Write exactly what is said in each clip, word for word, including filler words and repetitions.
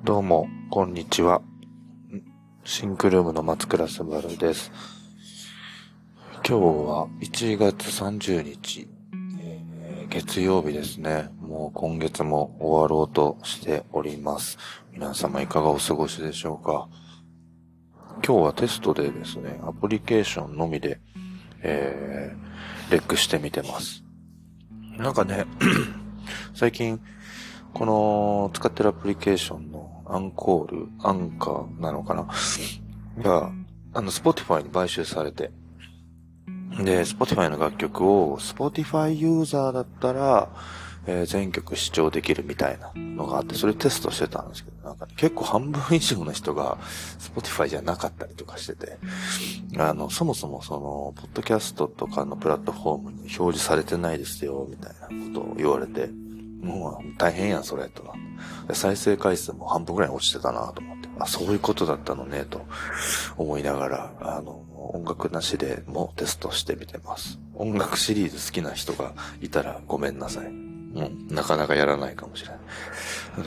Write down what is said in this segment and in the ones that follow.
どうも、こんにちは。シンクルームの松倉すばるです。今日はいちがつさんじゅうにち、えー、月曜日ですね。もう今月も終わろうとしております。皆様いかがお過ごしでしょうか。今日はテストでですね、アプリケーションのみで、えー、レックしてみてます。なんかね、最近、この使ってるアプリケーションのアンコール、アンカーなのかなが、あの、Spotify に買収されて、で、Spotify の楽曲を Spotify ユーザーだったら、えー、全曲視聴できるみたいなのがあって、それテストしてたんですけど、なんか、ね、結構半分以上の人が Spotify じゃなかったりとかしてて、あの、そもそもその、ポッドキャストとかのプラットフォームに表示されてないですよ、みたいなことを言われて、もう大変やん、それ、とな。再生回数も半分くらい落ちてたなと思って、あ、そういうことだったのね、と思いながら、あの、音楽なしでもテストしてみてます。音楽シリーズ好きな人がいたらごめんなさい。うん、なかなかやらないかもしれない。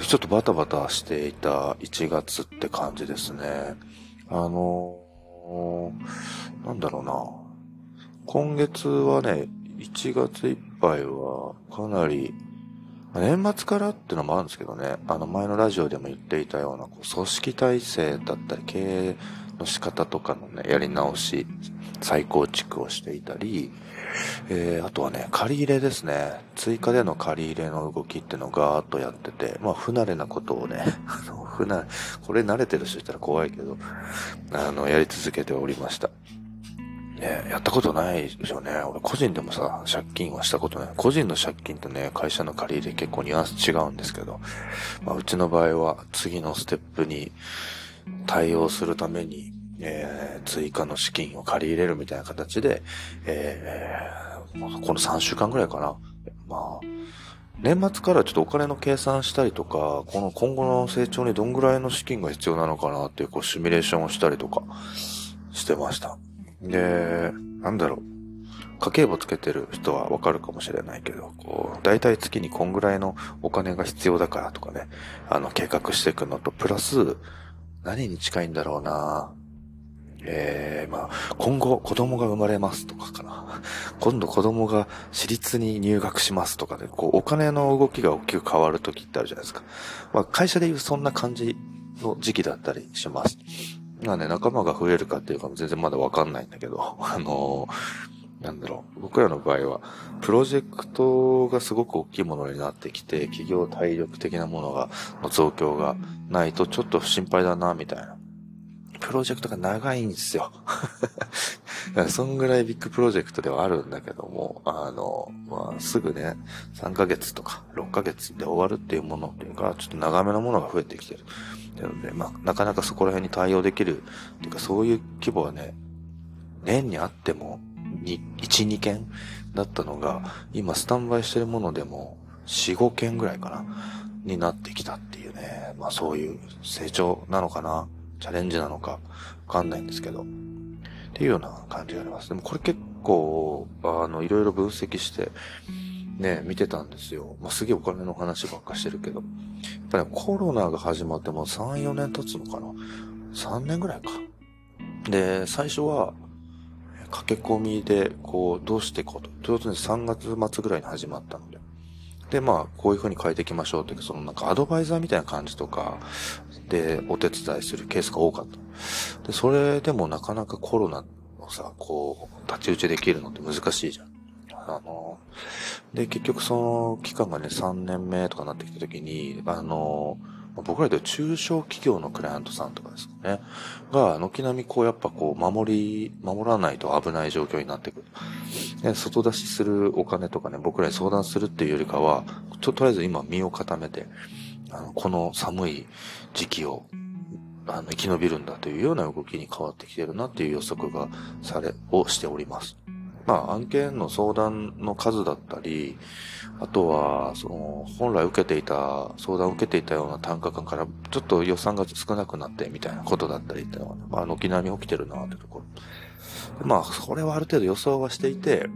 ちょっとバタバタしていたいちがつって感じですね。あの、なんだろうな。今月はね、いちがついっぱいはかなり年末からっていうのもあるんですけどね、あの前のラジオでも言っていたようなこう組織体制だったり経営の仕方とかのね、やり直し、再構築をしていたり、えー、あとはね、借り入れですね。追加での借り入れの動きっていうのをガーッとやってて、まあ不慣れなことをね、あの、不慣れ、これ慣れてる人いたら怖いけど、あの、やり続けておりました。ね、やったことないでしょうね。俺個人でもさ、借金はしたことない。個人の借金とね、会社の借り入れ結構ニュアンス違うんですけど、まあ、うちの場合は次のステップに対応するために、えー、追加の資金を借り入れるみたいな形で、えー、まあ、このさんしゅうかんぐらいかな。まあ、年末からちょっとお金の計算したりとか、この今後の成長にどんぐらいの資金が必要なのかなっていうこうシミュレーションをしたりとかしてました。で、なんだろう。家計簿つけてる人はわかるかもしれないけど、こう、だいたい月にこんぐらいのお金が必要だからとかね、あの、計画していくのと、プラス、何に近いんだろうなえー、まあ、今後子供が生まれますとかかな。今度子供が私立に入学しますとかで、こう、お金の動きが大きく変わる時ってあるじゃないですか。まあ、会社でいうそんな感じの時期だったりします。まあね、仲間が増えるかっていうか全然まだわかんないんだけど、あのー、なんだろう、僕らの場合は、プロジェクトがすごく大きいものになってきて、企業体力的なものが、の増強がないとちょっと心配だな、みたいな。プロジェクトが長いんですよ。そんぐらいビッグプロジェクトではあるんだけども、あの、まあ、すぐね、さんかげつとかろっかげつで終わるっていうものっていうか、ちょっと長めのものが増えてきてる。なので、まあ、なかなかそこら辺に対応できる、っていうかそういう規模はね、年にあっても、いち、にけんだったのが、今スタンバイしてるものでも、よん、ごけんぐらいかな、になってきたっていうね、まあそういう成長なのかな、チャレンジなのか、わかんないんですけど、っていうような感じがあります。でもこれ結構、あの、いろいろ分析して、ね、見てたんですよ。まあ、すげえお金の話ばっかしてるけど。やっぱり、ね、コロナが始まってもうさん、よねん経つのかな ?さん 年ぐらいか。で、最初は、駆け込みで、こう、どうしていこうと。ということでさんがつ末ぐらいに始まったので。で、まあ、こういう風に変えていきましょうというか、そのなんかアドバイザーみたいな感じとか、で、お手伝いするケースが多かった。で、それでもなかなかコロナをさ、こう、太刀打ちできるのって難しいじゃん。あの、で、結局その期間がね、さんねんめとかなってきた時に、あの、僕らで中小企業のクライアントさんとかですかね、が、軒並みこうやっぱこう、守り、守らないと危ない状況になってくる。で、外出しするお金とかね、僕らに相談するっていうよりかは、ちょ、とりあえず今身を固めて、あの、この寒い時期を、あの、生き延びるんだというような動きに変わってきてるなっていう予測がされ、をしております。まあ、案件の相談の数だったり、あとは、その、本来受けていた、相談を受けていたような単価から、ちょっと予算が少なくなってみたいなことだったりっていうのは、ね、まあ、軒並み起きてるなってところ。まあ、それはある程度予想はしていて、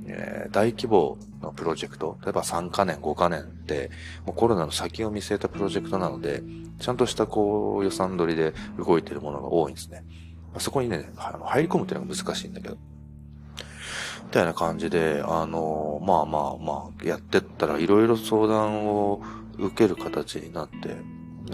えー、大規模のプロジェクト、例えばさんかねん、ごかねんって、もうコロナの先を見据えたプロジェクトなので、ちゃんとしたこう予算取りで動いているものが多いんですね。そこにね、あの入り込むっていうのが難しいんだけど。みたいな感じで、あの、まあまあまあ、やってったらいろいろ相談を受ける形になって、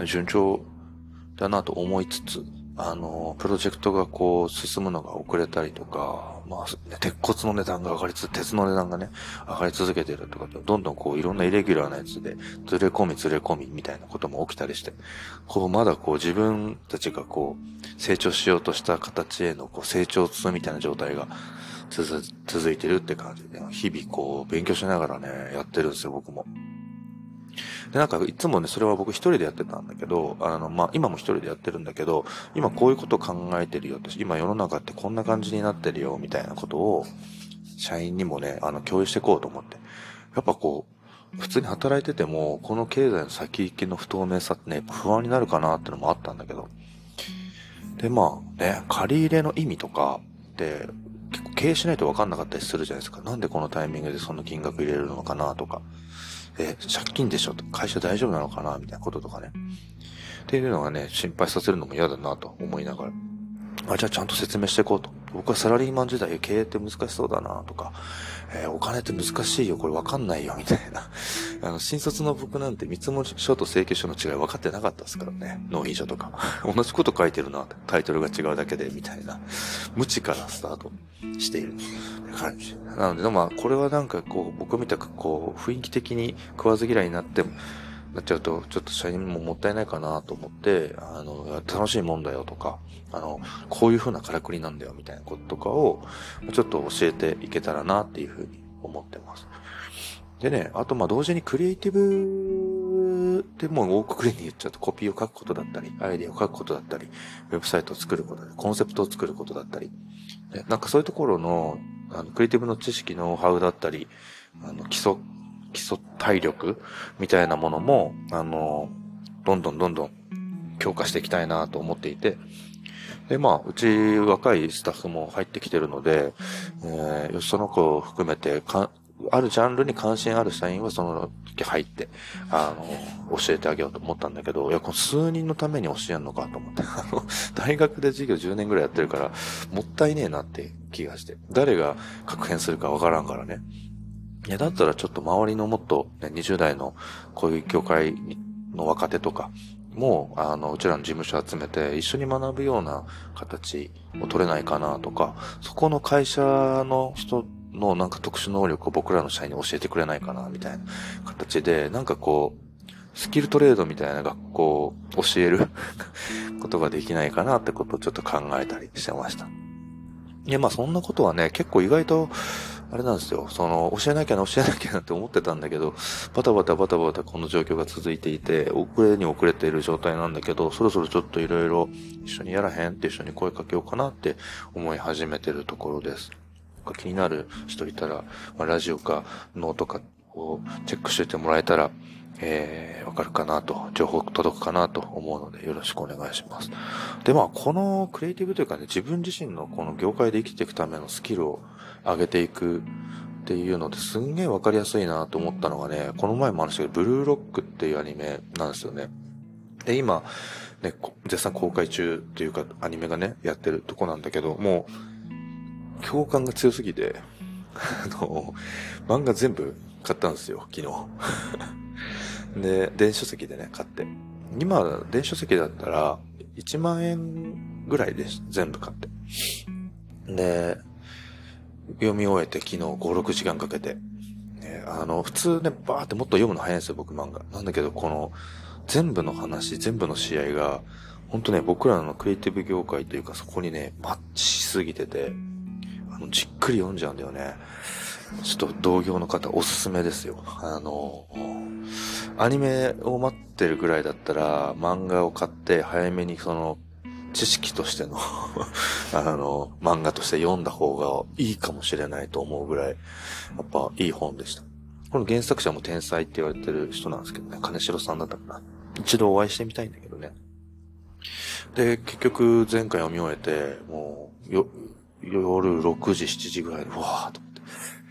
順調だなと思いつつ、あの、プロジェクトがこう進むのが遅れたりとか、まあ、鉄骨の値段が上がりつつ、鉄の値段がね、上がり続けてるとか、どんどんこういろんなイレギュラーなやつで、ずれ込みずれ込みみたいなことも起きたりして、こうまだこう自分たちがこう成長しようとした形へのこう成長痛みたいな状態が続、続いてるって感じで、日々こう勉強しながらね、やってるんですよ、僕も。で、なんか、いつもね、それは僕一人でやってたんだけど、あの、まあ、今も一人でやってるんだけど、今こういうことを考えてるよって、今世の中ってこんな感じになってるよ、みたいなことを、社員にもね、あの、共有していこうと思って。やっぱこう、普通に働いてても、この経済の先行きの不透明さってね、不安になるかなってのもあったんだけど。で、まあね、借り入れの意味とかって、結構経営しないと分かんなかったりするじゃないですか。なんでこのタイミングでその金額入れるのかなとか。え、借金でしょと、会社大丈夫なのかなみたいなこととかね。っていうのがね、心配させるのも嫌だなと思いながら。あ、じゃあちゃんと説明していこうと。僕はサラリーマン時代経営って難しそうだなとか、えー、お金って難しいよ、これわかんないよ、みたいな。あの、新卒の僕なんて見積書と請求書の違い分かってなかったですからね。納品書とか。同じこと書いてるな、タイトルが違うだけで、みたいな。無知からスタートしている感じ。なので、まあ、これはなんかこう、僕みたくこう、雰囲気的に食わず嫌いになっても、なっちゃうと、ちょっと社員ももったいないかなと思って、あの、楽しいもんだよとか、あの、こういう風なからくりなんだよみたいなこととかを、ちょっと教えていけたらなっていう風に思ってます。でね、あとまあ同時にクリエイティブってもう大くくりに言っちゃうとコピーを書くことだったり、アイディアを書くことだったり、ウェブサイトを作ることだったり、コンセプトを作ることだったり、なんかそういうところの、あの、クリエイティブの知識、ノウハウだったり、あの、基礎、基礎体力みたいなものも、あの、どんどんどんどん強化していきたいなと思っていて、で、まあ、うち若いスタッフも入ってきてるので、えー、その子を含めてか、あるジャンルに関心ある社員はその時入って、あの、教えてあげようと思ったんだけど、いや、この数人のために教えんのかと思って、あの、大学で授業じゅうねんぐらいやってるから、もったいねえなって気がして、誰が確変するかわからんからね。いや、だったらちょっと周りのもっと、ね、にじゅう代のこういう業界の若手とかも、あの、うちらの事務所集めて一緒に学ぶような形を取れないかなとか、そこの会社の人のなんか特殊能力を僕らの社員に教えてくれないかなみたいな形で、なんかこう、スキルトレードみたいな学校を教えることができないかなってことをちょっと考えたりしてました。いや、まあそんなことはね、結構意外と、あれなんですよ。その、教えなきゃな、教えなきゃなって思ってたんだけど、バタバタバタバタこの状況が続いていて、遅れに遅れている状態なんだけど、そろそろちょっといろいろ一緒にやらへんって一緒に声かけようかなって思い始めてるところです。気になる人いたら、まあ、ラジオかノートかをチェックしておいてもらえたら、えー、わかるかなと、情報届くかなと思うのでよろしくお願いします。で、まあ、このクリエイティブというかね、自分自身のこの業界で生きていくためのスキルを上げていくっていうのですんげえわかりやすいなと思ったのがね、この前も話したけど、ブルーロックっていうアニメなんですよね。で、今、ね、絶賛公開中っていうか、アニメがね、やってるとこなんだけど、もう、共感が強すぎて、あの、漫画全部買ったんですよ、昨日。で、電子書籍でね、買って。今、電子書籍だったら、いちまんえんぐらいです。全部買って。で、読み終えて昨日ご、ろくじかんかけて。ね、あの、普通ね、バーってもっと読むの早いんですよ、僕漫画。なんだけど、この、全部の話、全部の試合が、ほんとね、僕らのクリエイティブ業界というか、そこにね、マッチしすぎてて、あの、じっくり読んじゃうんだよね。ちょっと同業の方おすすめですよ。あの、アニメを待ってるぐらいだったら、漫画を買って早めにその、知識としてのあの、漫画として読んだ方がいいかもしれないと思うぐらい、やっぱいい本でした。この原作者も天才って言われてる人なんですけどね、金城さんだったかな。一度お会いしてみたいんだけどね。で、結局前回読み終えて、もう、よ、夜ろくじ、しちじぐらいで、わーと思って。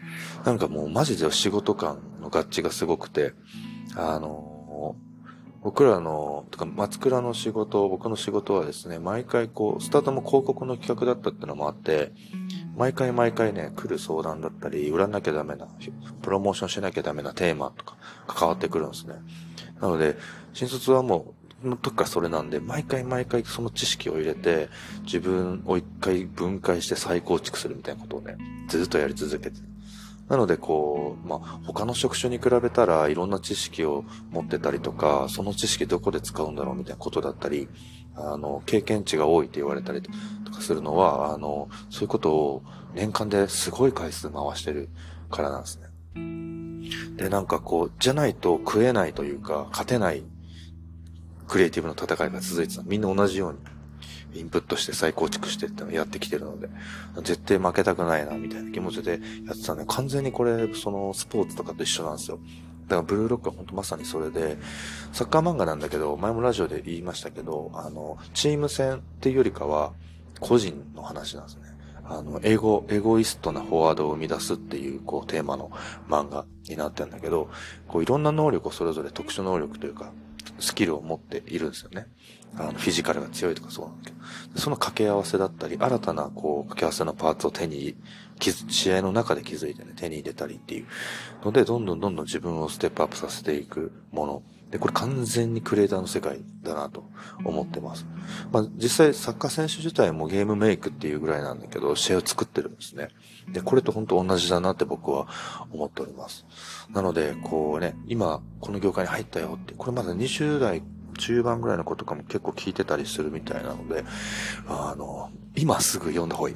なんかもうマジで仕事感の合致がすごくて、あの、僕らの、とか松倉の仕事、僕の仕事はですね、毎回こう、スタートも広告の企画だったってのもあって、毎回毎回ね、来る相談だったり、売らなきゃダメな、プロモーションしなきゃダメなテーマとか関わってくるんですね。なので、新卒はもう、の時からそれなんで、毎回毎回その知識を入れて、自分を一回分解して再構築するみたいなことをね、ずっとやり続けて。なのでこう、まあ、他の職種に比べたらいろんな知識を持ってたりとか、その知識どこで使うんだろうみたいなことだったり、あの、経験値が多いって言われたりとかするのは、あの、そういうことを年間ですごい回数回してるからなんですね。で、なんかこう、じゃないと食えないというか、勝てないクリエイティブの戦いが続いてた。みんな同じように。インプットして再構築してってのをやってきてるので、絶対負けたくないな、みたいな気持ちでやってたんで、完全にこれ、その、スポーツとかと一緒なんですよ。だから、ブルーロックは本当まさにそれで、サッカー漫画なんだけど、前もラジオで言いましたけど、あの、チーム戦っていうよりかは、個人の話なんですね。あの、エゴ、エゴイストなフォワードを生み出すっていう、こう、テーマの漫画になってるんだけど、こう、いろんな能力をそれぞれ特殊能力というか、スキルを持っているんですよね。あの、フィジカルが強いとかそうなんだけど。その掛け合わせだったり、新たなこう、掛け合わせのパーツを手に、試合の中で気づいてね、手に入れたりっていうので、どんどんどんどん自分をステップアップさせていくもの。で、これ完全にクリエイターの世界だなと思ってます。まあ、実際サッカー選手自体もゲームメイクっていうぐらいなんだけど、試合を作ってるんですね。で、これと本当同じだなって僕は思っております。なので、こうね、今、この業界に入ったよって、これまだにじゅう代中盤ぐらいの子とかも結構聞いてたりするみたいなので、あの、今すぐ読んだ方がいい。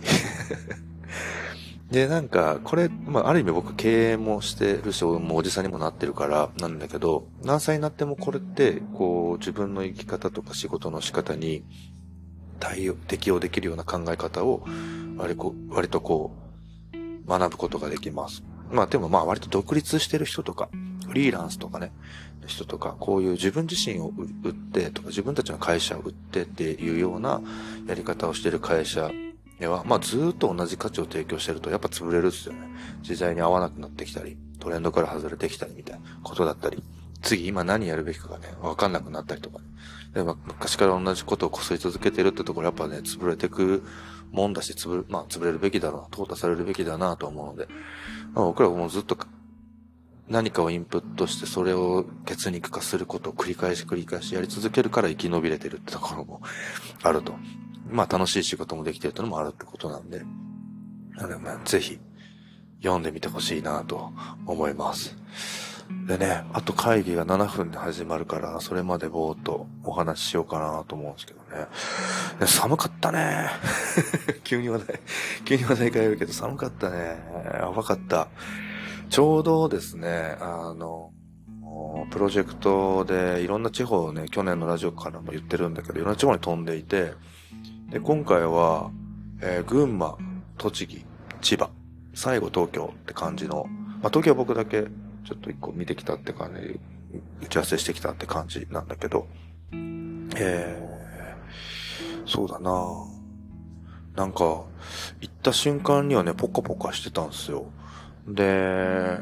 で、なんか、これ、まあ、ある意味僕経営もしてるし、もうおじさんにもなってるからなんだけど、何歳になってもこれって、こう、自分の生き方とか仕事の仕方に対応、適応できるような考え方を、割こ割とこう、学ぶことができます。まあでもまあ割と独立してる人とか、フリーランスとかね、人とか、こういう自分自身を売ってとか、自分たちの会社を売ってっていうようなやり方をしてる会社では、まあずーっと同じ価値を提供してるとやっぱ潰れるっすよね。時代に合わなくなってきたり、トレンドから外れてきたりみたいなことだったり、次今何やるべきかがね、わかんなくなったりとかね。でまあ、昔から同じことをこすり続けてるってところやっぱね、潰れてくもんだし、潰れ、まあ潰れるべきだろうな、淘汰されるべきだなと思うので、まあ、僕らはもうずっと何かをインプットしてそれを血肉化することを繰り返し繰り返しやり続けるから生き延びれてるってところもあると。まあ楽しい仕事もできてるってのもあるってことなんで。なのでまあぜひ読んでみてほしいなと思います。でね、あと会議がななふんで始まるから、それまでぼーっとお話ししようかなと思うんですけどね。寒かったね。急に話題、急に話題変えるけど寒かったね。やばかった。ちょうどですね、あの、プロジェクトでいろんな地方をね、去年のラジオからも言ってるんだけど、いろんな地方に飛んでいて、で、今回は、えー、群馬、栃木、千葉、最後東京って感じの、まあ、東京は僕だけちょっと一個見てきたって感じ、打ち合わせしてきたって感じなんだけど、えー、そうだななんか、行った瞬間にはね、ポカポカしてたんですよ。で、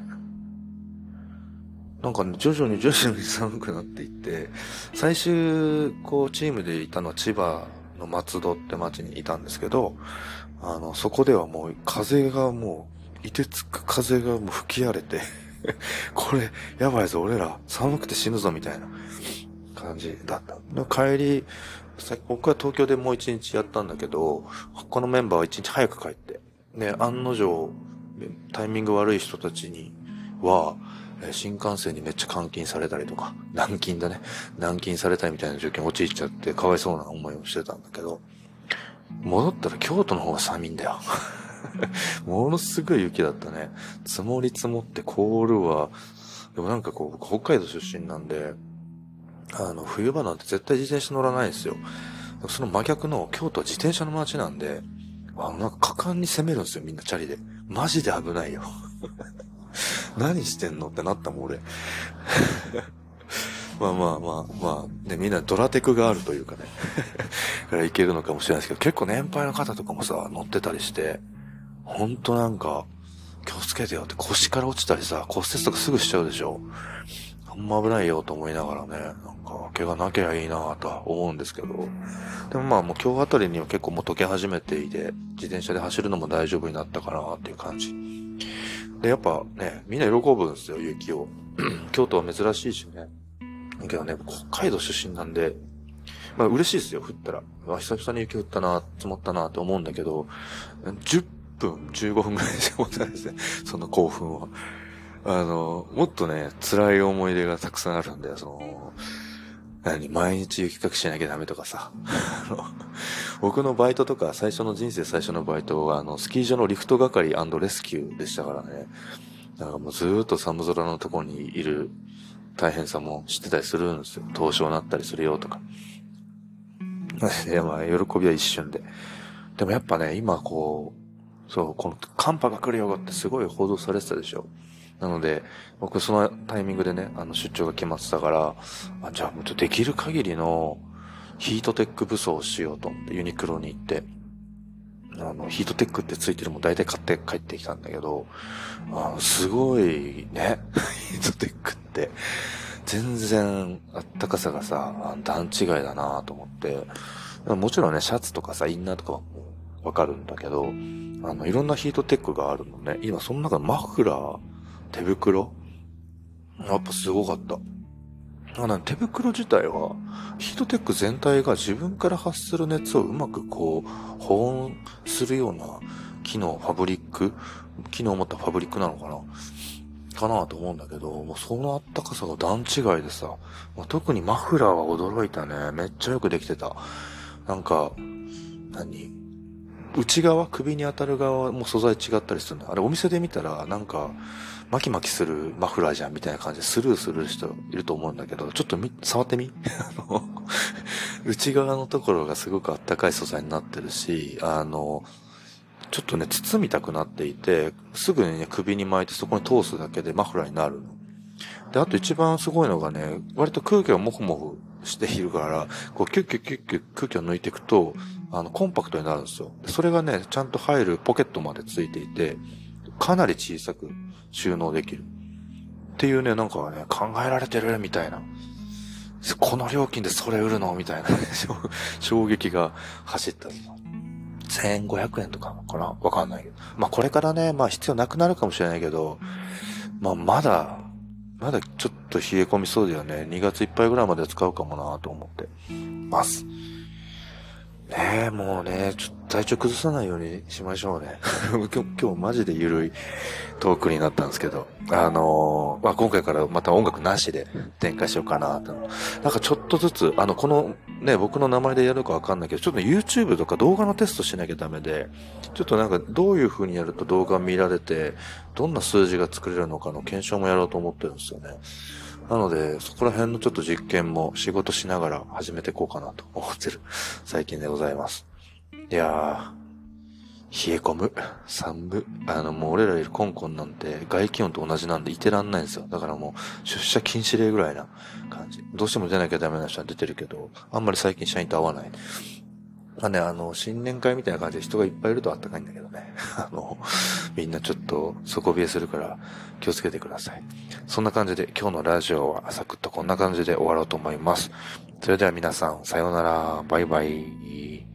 なんかね、徐々に徐々に寒くなっていって、最終、こう、チームでいたのは千葉の松戸って町にいたんですけど、あの、そこではもう風がもう、凍てつく風がもう吹き荒れて、これ、やばいぞ、俺ら、寒くて死ぬぞ、みたいな感じだった。帰り、僕は東京でもう一日やったんだけど、このメンバーは一日早く帰って、ね、案の定、タイミング悪い人たちには、新幹線にめっちゃ監禁されたりとか、軟禁だね。軟禁されたりみたいな状況に陥っちゃって、かわいそうな思いをしてたんだけど、戻ったら京都の方が寒いんだよ。ものすごい雪だったね。積もり積もって凍るわ。でもなんかこう、北海道出身なんで、あの、冬場なんて絶対自転車乗らないんですよ。その真逆の京都は自転車の街なんで、あの、なんか果敢に攻めるんですよ、みんなチャリで。マジで危ないよ。何してんのってなったもん、俺。まあまあまあまあ、ね、みんなドラテクがあるというかね。からいけるのかもしれないですけど、結構年配の方とかもさ、乗ってたりして、ほんとなんか、 気をつけてよって腰から落ちたりさ、骨折とかすぐしちゃうでしょ。あんま危ないよと思いながらね、なんか怪我なけりゃいいなとは思うんですけど。でもまあもう今日あたりには結構もう溶け始めていて、自転車で走るのも大丈夫になったかなっていう感じ。で、やっぱね、みんな喜ぶんですよ、雪を。京都は珍しいしね。だけどね、北海道出身なんで、まあ嬉しいですよ、降ったら。久々に雪降ったな、積もったなって思うんだけど、じゅっぷん、じゅうごふんぐらいしか持たないですね、その興奮は。あの、もっとね、辛い思い出がたくさんあるんだよ、その、何、毎日雪かきしなきゃダメとかさ。あの、僕のバイトとか、最初の人生最初のバイトは、あの、スキー場のリフト係&レスキューでしたからね。なんかもうずーっと寒空のところにいる大変さも知ってたりするんですよ。凍傷になったりするよとか。いや、まあ、喜びは一瞬で。でもやっぱね、今こう、そう、この寒波が来るよってすごい報道されてたでしょ。なので、僕そのタイミングでね、あの出張が決まってたから、あ、じゃあもうできる限りのヒートテック武装をしようと思ってユニクロに行って、あの、ヒートテックってついてるもん大体買って帰ってきたんだけど、あの、すごいね、ヒートテックって、全然あったかさがさ、段違いだなと思って、もちろんね、シャツとかさ、インナーとかはわかるんだけど、あの、いろんなヒートテックがあるのね。今、その中でマフラー、手袋やっぱすごかった。あの手袋自体は、ヒートテック全体が自分から発する熱をうまくこう、保温するような機能、ファブリック機能を持ったファブリックなのかなかなと思うんだけど、もうそのあったかさが段違いでさ、まあ、特にマフラーは驚いたね。めっちゃよくできてた。なんか、何内側、首に当たる側も素材違ったりするの。あれお店で見たら、なんか、巻き巻きするマフラーじゃんみたいな感じでスルーする人いると思うんだけど、ちょっとみ、触ってみあの、内側のところがすごくあったかい素材になってるし、あの、ちょっとね、包みたくなっていて、すぐにね、首に巻いてそこに通すだけでマフラーになるの。で、あと一番すごいのがね、割と空気がモフモフしているから、こう、キュッキュッキュッキュッ空気を抜いていくと、あの、コンパクトになるんですよ。それがね、ちゃんと入るポケットまでついていて、かなり小さく収納できる。っていうね、なんかね、考えられてるみたいな。この料金でそれ売るのみたいな衝撃が走った。せんごひゃくえんとかかなわかんないけど。まあこれからね、まあ必要なくなるかもしれないけど、まあまだ、まだちょっと冷え込みそうだよね。にがついっぱいぐらいまで使うかもなと思ってます。ねえ、もうね、ちょっと体調崩さないようにしましょうね。今日、今日マジで緩いトークになったんですけど、あのー、まあ、今回からまた音楽なしで展開しようかなと。なんかちょっとずつ、あの、このね、僕の名前でやるかわかんないけど、ちょっと YouTube とか動画のテストしなきゃダメで、ちょっとなんかどういう風にやると動画見られて、どんな数字が作れるのかの検証もやろうと思ってるんですよね。なので、そこら辺のちょっと実験も仕事しながら始めていこうかなと思ってる最近でございます。いやー、冷え込む。寒。あの、もう俺らいるコンコンなんて外気温と同じなんでいてらんないんですよ。だからもう出社禁止令ぐらいな感じ。どうしても出なきゃダメな人は出てるけど、あんまり最近社員と会わない。まあね、あの、新年会みたいな感じで人がいっぱいいるとあったかいんだけどね。あの、みんなちょっと底冷えするから気をつけてください。そんな感じで今日のラジオはサクッとこんな感じで終わろうと思います。それでは皆さん、さようなら。バイバイ。